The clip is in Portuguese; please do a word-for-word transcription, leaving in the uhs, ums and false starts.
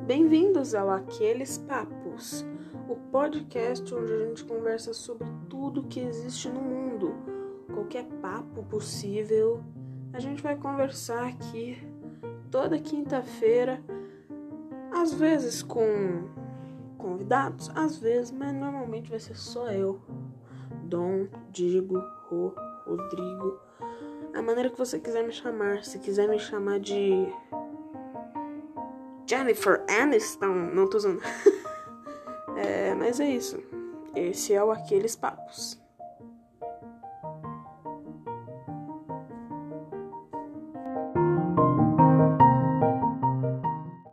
Bem-vindos ao Aqueles Papos, o podcast onde a gente conversa sobre tudo que existe no mundo. Qualquer papo possível, a gente vai conversar aqui toda quinta-feira, às vezes com convidados, às vezes, mas normalmente vai ser só eu, Dom, Digo, Rô, Rodrigo, a maneira que você quiser me chamar. Se quiser me chamar de Jennifer Aniston, não tô usando. é, mas é isso. Esse é o Aqueles Papos.